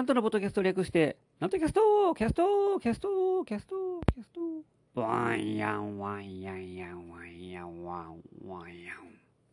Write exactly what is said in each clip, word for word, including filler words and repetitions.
なんとのポッドキャスト略して、なんとキャストキャストキャストキャストキャストワンヤンワンヤンヤンワンヤンワンワンヤン。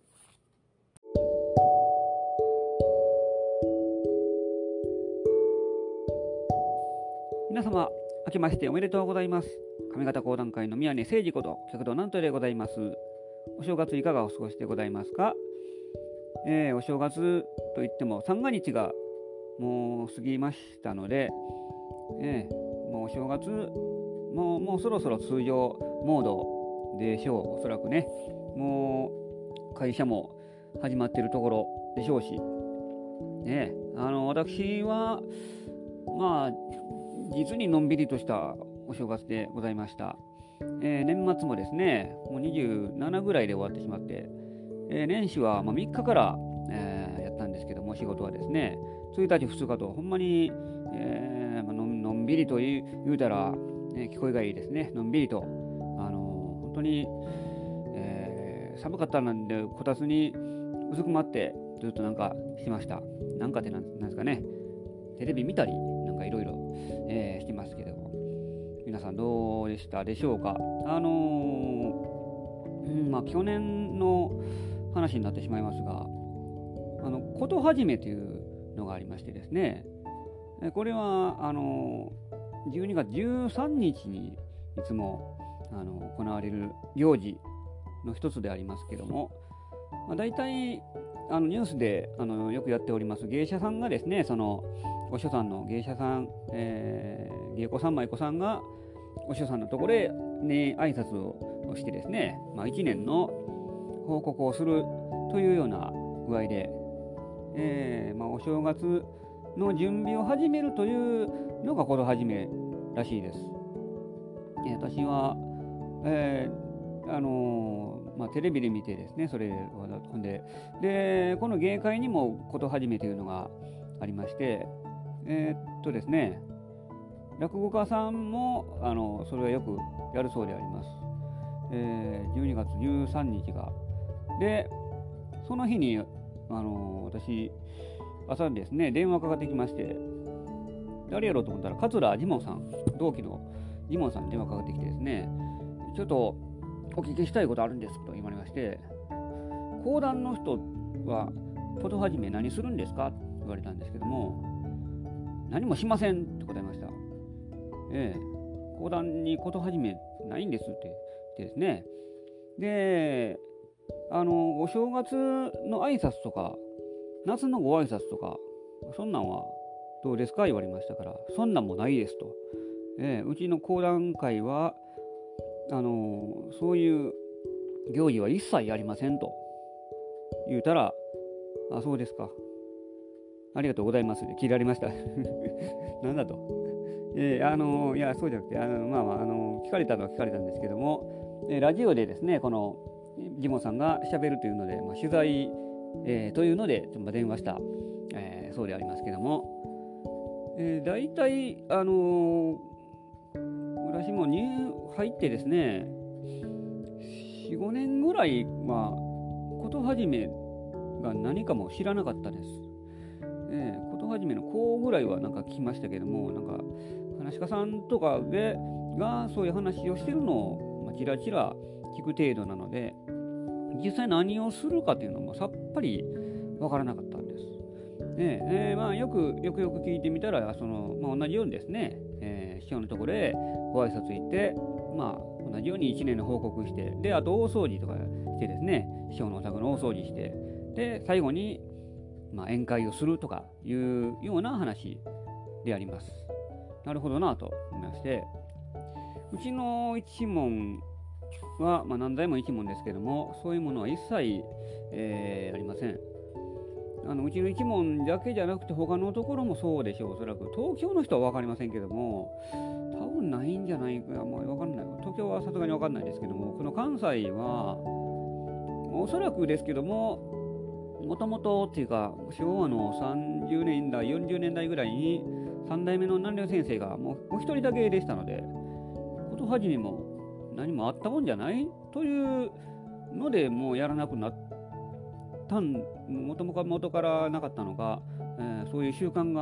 皆様、明けましておめでとうございます。上方講談会の宮根誠二こと客道なんとでございます。お正月いかがお過ごしでございますか？えー、お正月といっても三が日がもう過ぎましたので、えー、もうお正月もう、もうそろそろ通常モードでしょう。おそらくね、もう会社も始まっているところでしょうし、ね、あの私はまあ実にのんびりとしたお正月でございました。えー、年末もですね、もうにじゅうななぐらいで終わってしまって、えー、年始はまあみっかから、えー、やったんですけども、仕事はですね、ついたちふつかとほんまに、えーまあ、の, のんびりと言 う, 言うたら、ね、聞こえがいいですね。のんびりと、あのー、本当に、えー、寒かったなんでこたつにうずくまってずっとなんかしました。なんかってなんなんですかね、テレビ見たりなんかいろいろしてますけども、皆さんどうでしたでしょうか。あのーうんまあ、去年の話になってしまいますが、あのことはじめというのがありましてですね、これはあのじゅうにがつじゅうさんにちにいつもあの行われる行事の一つでありますけども、まあ、大体あのニュースであのよくやっております芸者さんがですね、そのお師匠さんの芸者さん、えー、芸妓さん舞妓さんがお師匠さんのところへ、ね、挨拶をしてですね、まあ、いちねんの報告をするというような具合で、えーまあ、お正月の準備を始めるというのがことはじめらしいです。えー、私は、えーあのーまあ、テレビで見てですね、それほんで、でこの芸会にもことはじめというのがありまして、えー、っとですね、落語家さんもあのそれはよくやるそうであります。えー、じゅうにがつじゅうさんにちがで、その日にあの私朝にですね電話かかってきまして、誰やろうと思ったら桂ジモンさん、同期のジモンさんに電話かかってきてですね、ちょっとお聞きしたいことあるんですと言われまして、講談の人はことはじめ何するんですかと言われたんですけども、何もしませんと答えました。ええ、講談にことはじめないんですって言ってですね、であのお正月の挨拶とか夏のご挨拶とかそんなんはどうですか言われましたから、そんなんもないですと、ええ、うちの講談会はあのそういう行事は一切ありませんと言うたら、あ、そうですか、ありがとうございますって切られましたなんだと、えー、あのいやそうじゃなくて、あの、まあまあ、あの聞かれたのは聞かれたんですけども、えー、ラジオでですねこのジモンさんがしゃべるというので、まあ、取材、えー、というので電話した、えー、そうでありますけども、えー、大体あのー、私も入入ってですね よん、ごねんぐらいはことはじめが何かも知らなかったです。えー、ことはじめのこうぐらいはなんか聞きましたけども、なんか話し家さんとかでがそういう話をしてるのを、まあ、ちらちら聞く程度なので、実際何をするかというのもさっぱりわからなかったんです。ねえーまあ、よくよくよく聞いてみたら、その、まあ、同じようにですね、えー、師匠のところへご挨拶行って、まあ、同じようにいちねんの報告して、であと大掃除とかしてですね、師匠のお宅の大掃除して、で最後に、まあ、宴会をするとかいうような話であります。なるほどなと思いまして、うちの一門は、まあ、何代も一門ですけども、そういうものは一切、えー、ありません。あのうちの一門だけじゃなくて他のところもそうでしょう。おそらく東京の人は分かりませんけども、多分ないんじゃないか、まあ、分かんない。東京はさすがに分かんないですけども、この関西はおそらくですけども、もともとっていうか昭和のさんじゅうねんだいよんじゅうねんだいぐらいにさん代目の南陵先生がもうお一人だけでしたので、ことはじめも何もあったもんじゃないというので、もうやらなくなったん、もともとからなかったのか、えー、そういう習慣が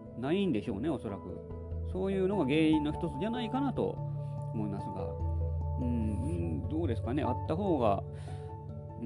ないんでしょうね、おそらく。そういうのが原因の一つじゃないかなと思いますが、うん、どうですかね、あった方が、うん、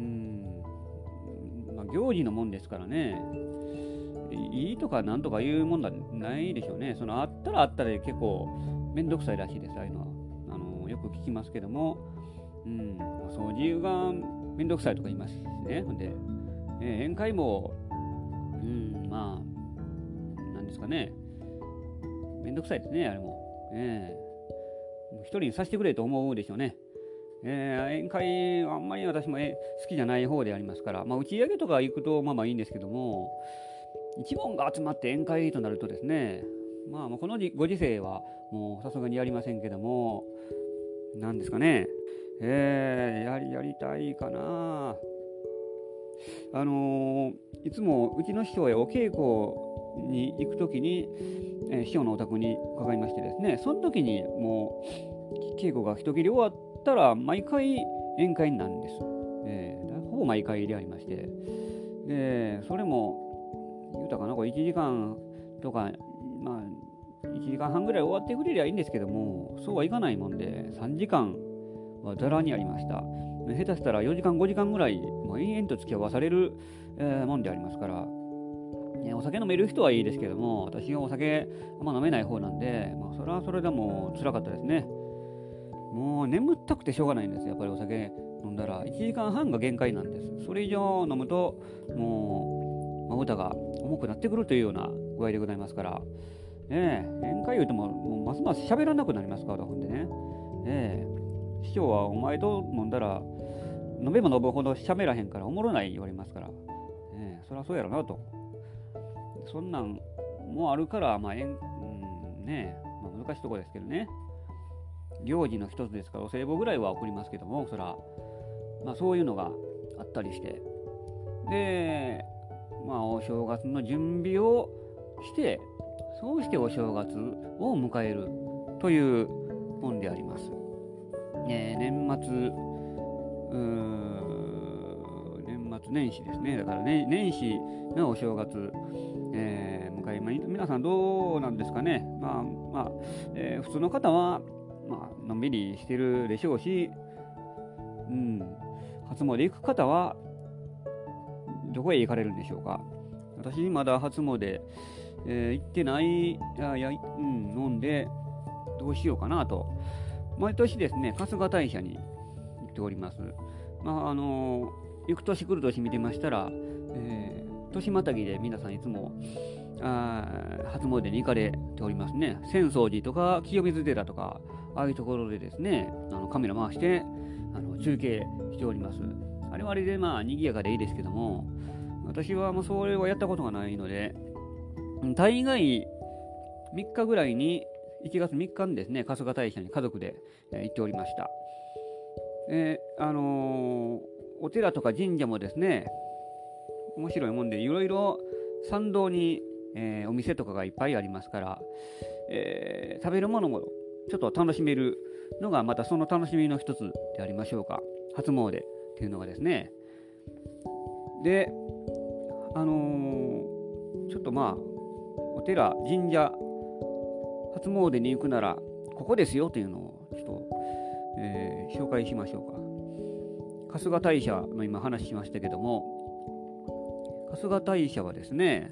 まあ、行事のもんですからね、いいとかなんとかいうもんだないでしょうね。そのあったらあったで結構めんどくさいらしいです、ああいうのは。あのよく聞きますけども、うん、掃除がめんどくさいとか言いますしね。ほんで、えー、宴会も、うん、まあ、なんですかね、めんどくさいですね、あれも。えー、一人にさせてくれと思うでしょうね。えー、宴会はあんまり私もえ好きじゃない方でありますから、まあ、打ち上げとか行くとまあまあいいんですけども、一門が集まって宴会となるとですね、まあ、このご時世はもうさすがにやりませんけども、なんですかね、えー、やりやりたいかな。あのー、いつもうちの師匠へお稽古に行くときに、えー、師匠のお宅に伺いましてですね、その時にもう稽古が一切り終わったら毎回宴会になるんです。えー、ほぼ毎回でありまして、でそれも言うたかな、これいちじかんとか、まあいちじかんはんぐらい終わってくれりゃいいんですけども、そうはいかないもんでさんじかんはざらにありました。下手したらよじかんごじかんぐらいもう延々と付き合わされる、えー、もんでありますから、ね、お酒飲める人はいいですけども、私はお酒あんま飲めない方なんで、まあ、それはそれでも辛かったですね。もう眠ったくてしょうがないんです。やっぱりお酒飲んだらいちじかんはんが限界なんです。それ以上飲むともう、まあ、歌が重くなってくるというような具合でございますから、ね、宴会言うても、もうますます喋らなくなりますから、ほんでね、ね、師匠はお前と飲んだら飲めば飲むほど喋らへんからおもろない言われますから、ね、そりゃそうやろなと。そんなんもあるから、まあえんうんね、まあ、難しいところですけどね。行事の一つですからお歳暮ぐらいは送りますけども、そら、まあ、そういうのがあったりして、で、まあ、お正月の準備をして、そうしてお正月を迎えるというもんであります。ね、年末、うーん、年末年始ですね。だから、ね、年始のお正月、えー、迎え、まあ、皆さんどうなんですかね。まあまあ、えー、普通の方は、まあのんびりしてるでしょうし、うん、初詣行く方はどこへ行かれるんでしょうか。私まだ初詣、えー、行ってないやや、うん、飲んでどうしようかなと。毎年ですね、春日大社に行っております。まああのー、行く年来る年見てましたら、えー、年またぎで皆さんいつもあ初詣に行かれておりますね。浅草寺とか清水寺とか、ああいうところでですね、あのカメラ回してあの中継しております。あれはあれでまあ賑やかでいいですけども、私はもうそれはやったことがないので、大概みっかぐらいにいちがつみっかにですね、春日大社に家族で行っておりました。えー、あのー、お寺とか神社もですね、面白いもんでいろいろ参道に、えー、お店とかがいっぱいありますから、えー、食べるものもちょっと楽しめるのがまたその楽しみの一つでありましょうか。初詣っていうのがですね。で、あのー、ちょっとまあお寺神社初詣に行くならここですよというのをちょっと、えー、紹介しましょうか。春日大社の今話しましたけども、春日大社はですね、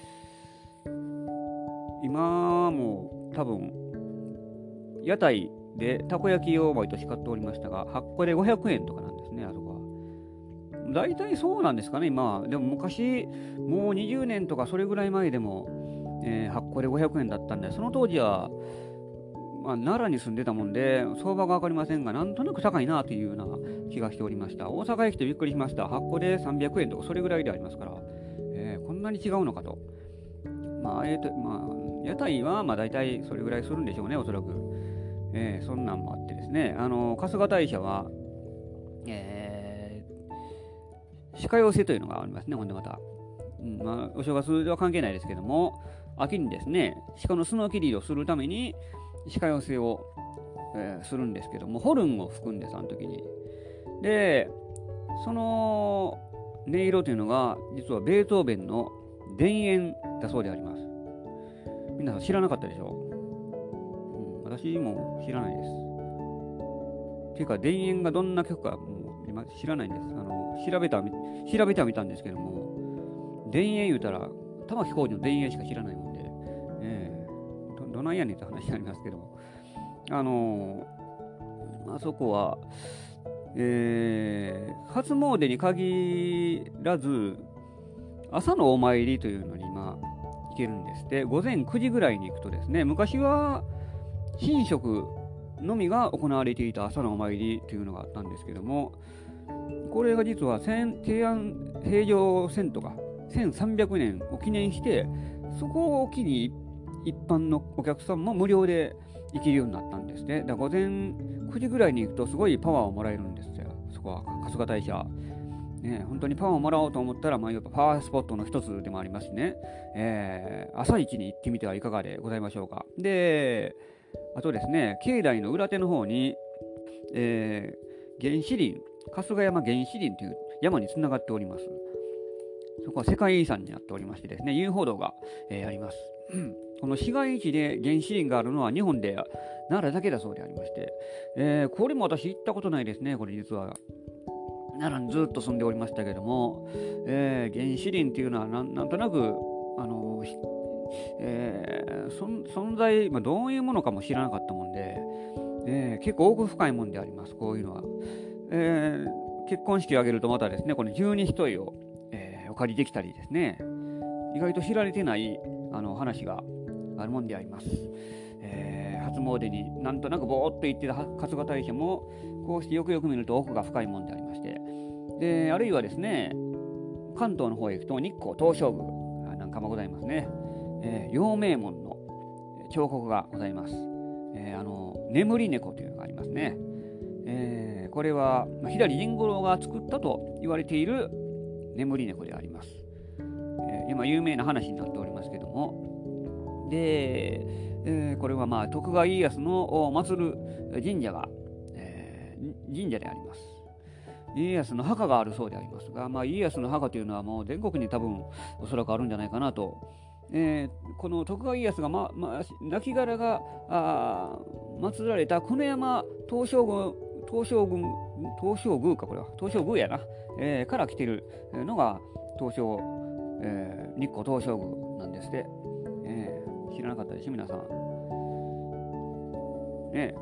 今も多分屋台でたこ焼きを毎年買っておりましたが、はっこでごひゃくえんとかなんですね、あそこは。大体そうなんですかね、今。でも昔、もうにじゅうねんとかそれぐらい前でも、えー、はっこでごひゃくえんだったんで、その当時は、まあ、奈良に住んでたもんで、相場が分かりませんが、なんとなく高いなというような気がしておりました。大阪へ来てびっくりしました。はっこでさんびゃくえんとか、それぐらいでありますから、えー、こんなに違うのかと。まあ、えーとまあ、屋台はまあ大体それぐらいするんでしょうね、おそらく。えー、そんなんもあってですね、あの春日大社は、えー、鹿寄せというのがありますね、ほんでまた。うんまあ、お正月では関係ないですけども、秋にですね、鹿の角切りをするために鹿寄せを、えー、するんですけども、ホルンを吹くんです、あの時に。で、その音色というのが、実はベートーベンの田園だそうであります。 皆さん知らなかったでしょ、うん、私も知らないです。っていうか田園がどんな曲かもう今知らないんです。あの調べた調べてはみたんですけども、田園言うたら玉置浩二の田園しか知らないもんで、えー、ど, どないやねんって話になりますけども、あのー、あそこは、えー、初詣に限らず朝のお参りというのに今行けるんですって。午前くじぐらいに行くとですね、昔は神職のみが行われていた朝のお参りというのがあったんですけども、これが実は平安平城遷都がせんさんびゃくねんを記念して、そこを機に一般のお客さんも無料で行けるようになったんですね。だから午前くじぐらいに行くとすごいパワーをもらえるんですよ、そこは春日大社。ね、本当にパワーをもらおうと思ったら、まあ、やっぱパワースポットの一つでもありますしね、えー、朝一に行ってみてはいかがでございましょうか。で、あとですね、境内の裏手の方に、えー、原始林、春日山原始林という山につながっております。そこは世界遺産になっておりましてですね、遊歩道が、えー、あります。この市街地で原始林があるのは日本で奈良だけだそうでありまして、えー、これも私行ったことないですね、これ実は。奈良にずっと住んでおりましたけども、えー、原始林っていうのはな ん, なんとなく、あのーえー、存在、まあ、どういうものかも知らなかったもんで、えー、結構奥深いもんであります、こういうのは。えー、結婚式を挙げるとまたですね、この十二ひとえを、えー、お借りできたりですね、意外と知られてないあの話があるもんであります。えー、初詣になんとなくぼーっと行ってた春日大社も、こうしてよくよく見ると奥が深いもんでありまして、であるいはですね、関東の方へ行くと日光東照宮なんかもございますね。えー、陽明門の彫刻がございます。えー、あの眠り猫というのがありますね。えー、これは左甚五郎が作ったと言われている眠り猫であります。えー、今有名な話になっておりますけども、で、えー、これはまあ徳川家康の祀る神社が、えー、神社であります。家康の墓があるそうでありますが、まあ、家康の墓というのはもう全国に多分おそらくあるんじゃないかなと。えー、この徳川家康が、まま、亡骸があ祀られた久野山東照宮東照宮東照宮かこれは東照宮やな、えー、から来ているのが東照、えー、日光東照宮なんですって、えー、知らなかったでしょ皆さんね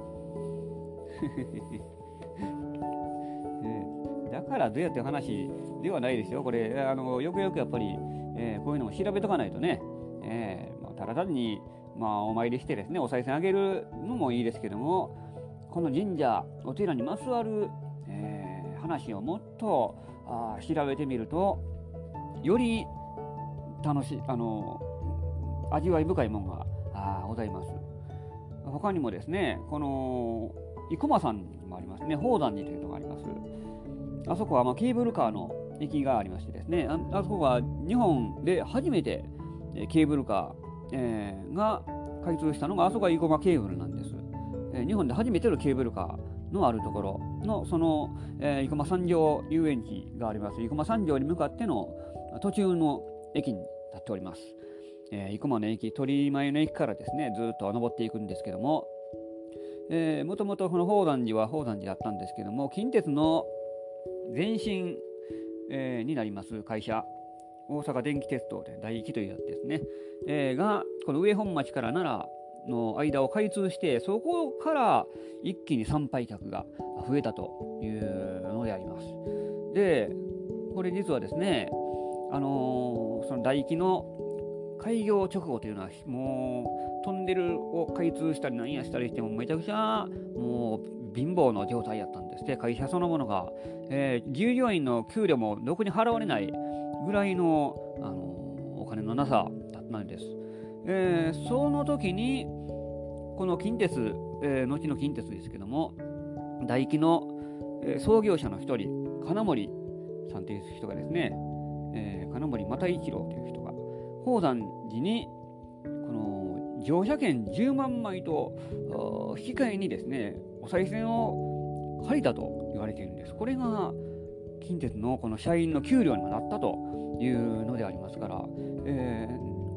えだからどうやって話ではないですよこれ。あのよくよくやっぱり、えー、こういうのも調べとかないとね、えーまあ、ただ単に、まあ、お参りしてですねお賽銭あげるのもいいですけども、この神社お寺にまつわる、えー、話をもっとあ調べてみるとより楽しいあの味わい深いものがあございます。他にもですね、この生駒山もありますね。宝山寺というのがあります。あそこはまあケーブルカーの駅がありましてですね、 あ, あそこは日本で初めてケーブルカー、えー、が開通したのがあそこは生駒ケーブルなんです。えー、日本で初めてのケーブルカーのあるところのその、えー、生駒三条遊園地があります生駒三条に向かっての途中の駅になっております。えー、生駒の駅、鳥前の駅からですねずっと登っていくんですけども、えー、もともとこの宝山寺は宝山寺だったんですけども、近鉄の前身、えー、になります会社、大阪電気鉄道で第一というやつですね、えー、がこの上本町から奈良の間を開通して、そこから一気に参拝客が増えたというのであります。でこれ実はですね、あのー、その第一の開業直後というのはもうトンネルを開通したり何やしたりしてもめちゃくちゃもう貧乏の状態やったんですね。会社そのものが、えー、従業員の給料もろくに払われないぐらいの、あのー、お金のなさだったんです。えー、その時にこの近鉄、えー、後の近鉄ですけども、大気の、えー、創業者の一人金森さんという人がですね、えー、金森又一郎という人が宝山寺にこの乗車券じゅうまんまいと引き換えにですねお賽銭を借りたと言われているんです。これが近鉄のこの社員の給料にもなったというのでありますから、えー、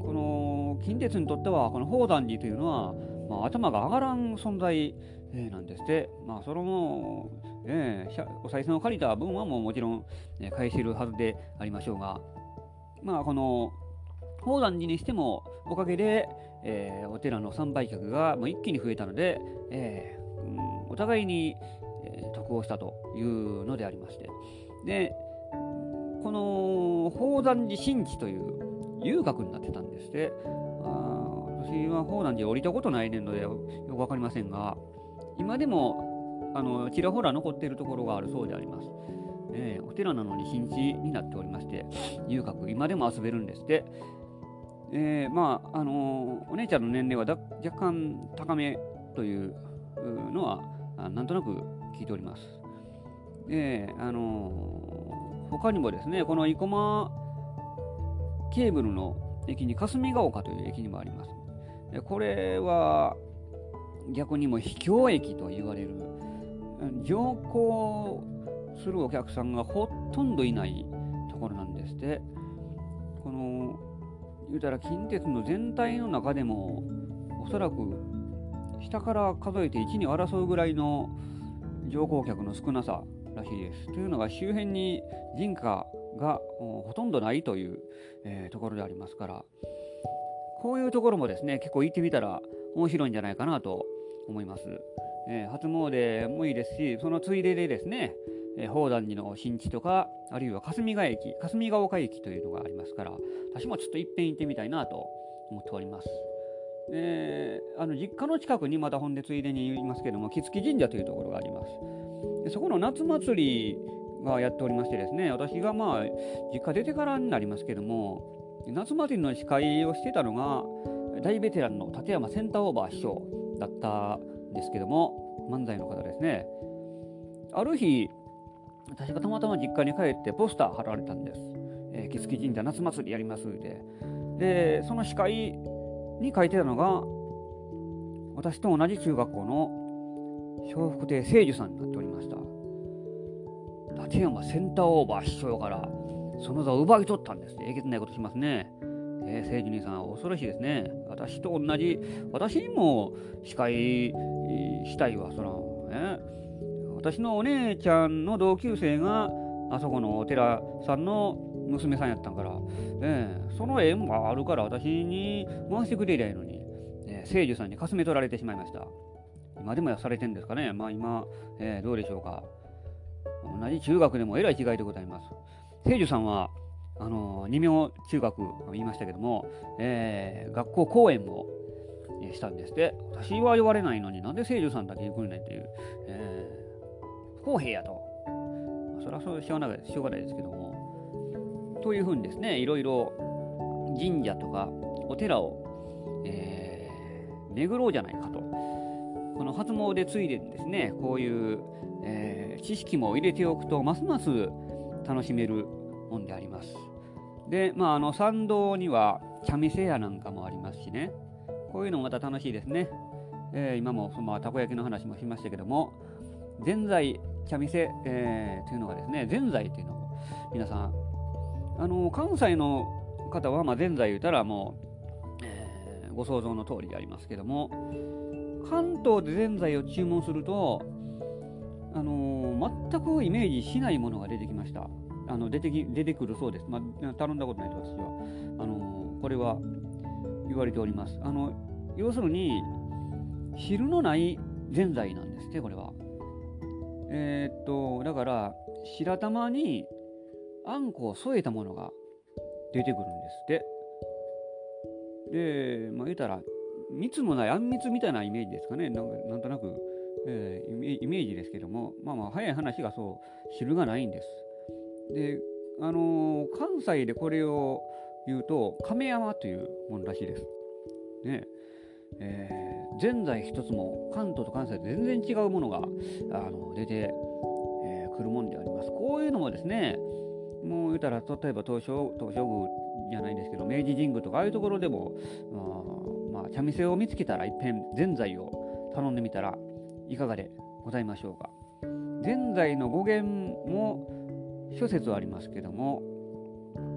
この近鉄にとってはこの宝山寺というのは、まあ、頭が上がらん存在、えー、なんですって。まあその、えー、お賽銭を借りた分はもうもちろん、えー、返せるはずでありましょうが、まあこの宝山寺にしてもおかげで、えー、お寺の参拝客がもう一気に増えたので、えーうん、お互いに、えー、得をしたというのでありまして、でこの宝山寺神地という遊郭になってたんですって。あ私は宝山寺降りたことないのでよくわかりませんが、今でもあのちらほら残っているところがあるそうであります。えー、お寺なのに神地になっておりまして、遊郭今でも遊べるんですって。えー、まああのー、お姉ちゃんの年齢はだ若干高めというのはなんとなく聞いております。えー、あのー、他にもですね、この生駒ケーブルの駅に霞ヶ丘という駅にもあります。これは逆にも秘境駅と言われる、乗降するお客さんがほとんどいないところなんですって。この言うたら近鉄の全体の中でもおそらく下から数えていちに争うぐらいの乗降客の少なさらしいです。というのが周辺に人家がほとんどないという、えー、ところでありますから、こういうところもですね結構行ってみたら面白いんじゃないかなと思います。えー、初詣もいいですし、そのついででですね、えー、宝山寺の新地とか、あるいは霞ヶ駅、霞ヶ丘駅というのがありますから、私もちょっといっぺん行ってみたいなと思っております。えー、あの実家の近くにまたほんでついでに言いますけども、木月神社というところがあります。でそこの夏祭りがやっておりましてですね、私がまあ実家出てからになりますけども、夏祭りの司会をしてたのが大ベテランの立山センターオーバー師匠だったんですけども、漫才の方ですね。ある日、私がたまたま実家に帰ってポスター貼られたんです。えー、木月神社夏祭りやりますって。で、その司会に書いてたのが、私と同じ中学校の笑福亭清寿さんになっておりました。立山センターオーバー師匠からその座を奪い取ったんですね。えげつないことしますね。えー、清寿兄さん恐ろしいですね。私と同じ、私にも司会したいわ、その、ね、私のお姉ちゃんの同級生があそこのお寺さんの娘さんやったんから、えー、その縁もあるから私に回してくれりゃいいのに、えー、清寿さんにかすめ取られてしまいました。今でもされてるんですかね。まあ今、えー、どうでしょうか。同じ中学でもえらい違いでございます。清寿さんはあの二名中学言いましたけども、えー、学校講演もしたんですって。私は呼ばれないのになんで清寿さんだけ行くんねんっていう、えー、不公平やと。それはそうしょうがないしょうがないですけども、というふうにですね、いろいろ神社とかお寺を、えー、巡ろうじゃないかと。この初詣ついでにですね、こういう、えー、知識も入れておくとますます楽しめるもんであります。で、まあ、あの参道には茶店屋なんかもありますしね、こういうのもまた楽しいですね。えー、今も、まあ、たこ焼きの話もしましたけども、ぜんざい茶店、えー、というのがですね、ぜんざいというのを皆さん、あの関西の方は、まあ、ぜんざい言うたらもう、えー、ご想像の通りでありますけども、関東でぜんざいを注文すると、あのー、全くイメージしないものが出てきました。あの出てき出てくるそうです。まあ、頼んだことないと私はあのー、これは言われております。あの要するに汁のないぜんざいなんですって、これは。えー、っとだから白玉にあんこを添えたものが出てくるんですって。で、まあ、言うたら蜜もないあんみつみたいなイメージですかね。なんかなんとなく、えー、イメージですけども、まあまあ早い話がそう汁がないんです。で、あのー、関西でこれを言うと亀山というものらしいです。ねえー、ぜんざい一つも関東と関西で全然違うものがあの出て、えー、くるもんであります。こういうのもですね、もう言うたら例えば東照東照宮じゃないですけど明治神宮とかああいうところでも、まあ、茶店を見つけたら一遍ぜんざいを頼んでみたらいかがでございましょうか。ぜんざいの語源も諸説ありますけども、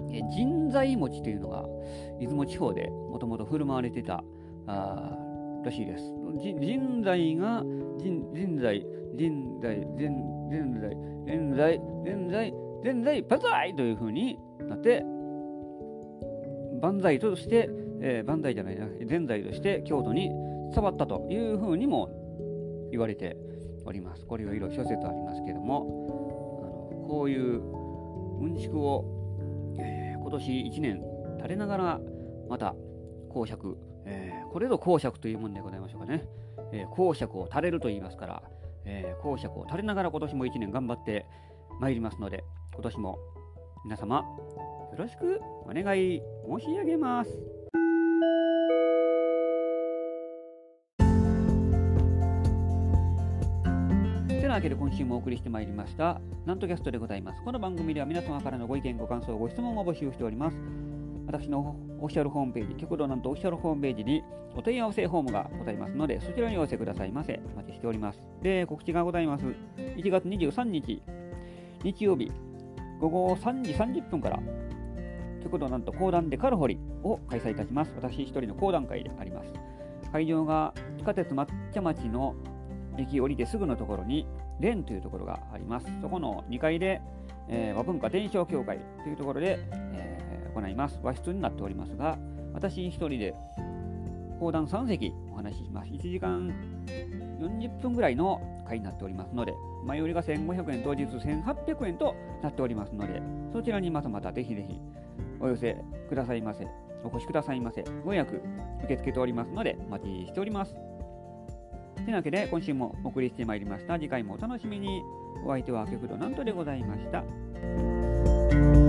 え神在餅というのが出雲地方でもともと振る舞われてたあらしいです。神在が神在神在神在現在現在現在万歳というふうになって万歳として、えー、万歳じゃないな現在として京都に伝わったというふうにも言われております。これはいろいろ諸説ありますけれども、あのこういううんちくを、えー、今年いちねん垂れながらまた講釈、えー、これぞ講釈というものでございましょうかね、えー、講釈を垂れると言いますから、えー、講釈を垂れながら今年もいちねん頑張ってまいりますので、今年も皆様よろしくお願い申し上げます。てなわけで今週もお送りしてまいりましたなんとキャストでございます。この番組では皆様からのご意見ご感想ご質問を募集しております。私のオフィシャルホームページ、極道なんとオフィシャルホームページにお問い合わせフォームがございますので、そちらにお寄せくださいませ。お待ちしております。で、告知がございます。いちがつにじゅうさんにち日曜日ごごさんじさんじゅっぷんから極道なんと講談デカルホリを開催いたします。私一人の講談会であります。会場が地下鉄抹茶町の駅降りてすぐのところに蓮というところがあります。そこのにかいで、えー、和文化伝承協会というところで、えー、行います。和室になっておりますが、私一人で講談さんせきお話しします。いちじかんよんじゅっぷんぐらいの会になっておりますので、前売りがせんごひゃくえん、当日せんはっぴゃくえんとなっておりますので、そちらにまたまたぜひぜひお寄せくださいませ。お越しくださいませ。ご予約受け付けておりますので、お待ちしております。というわけで、今週もお送りしてまいりました。次回もお楽しみに。お相手は極道なんとでございました。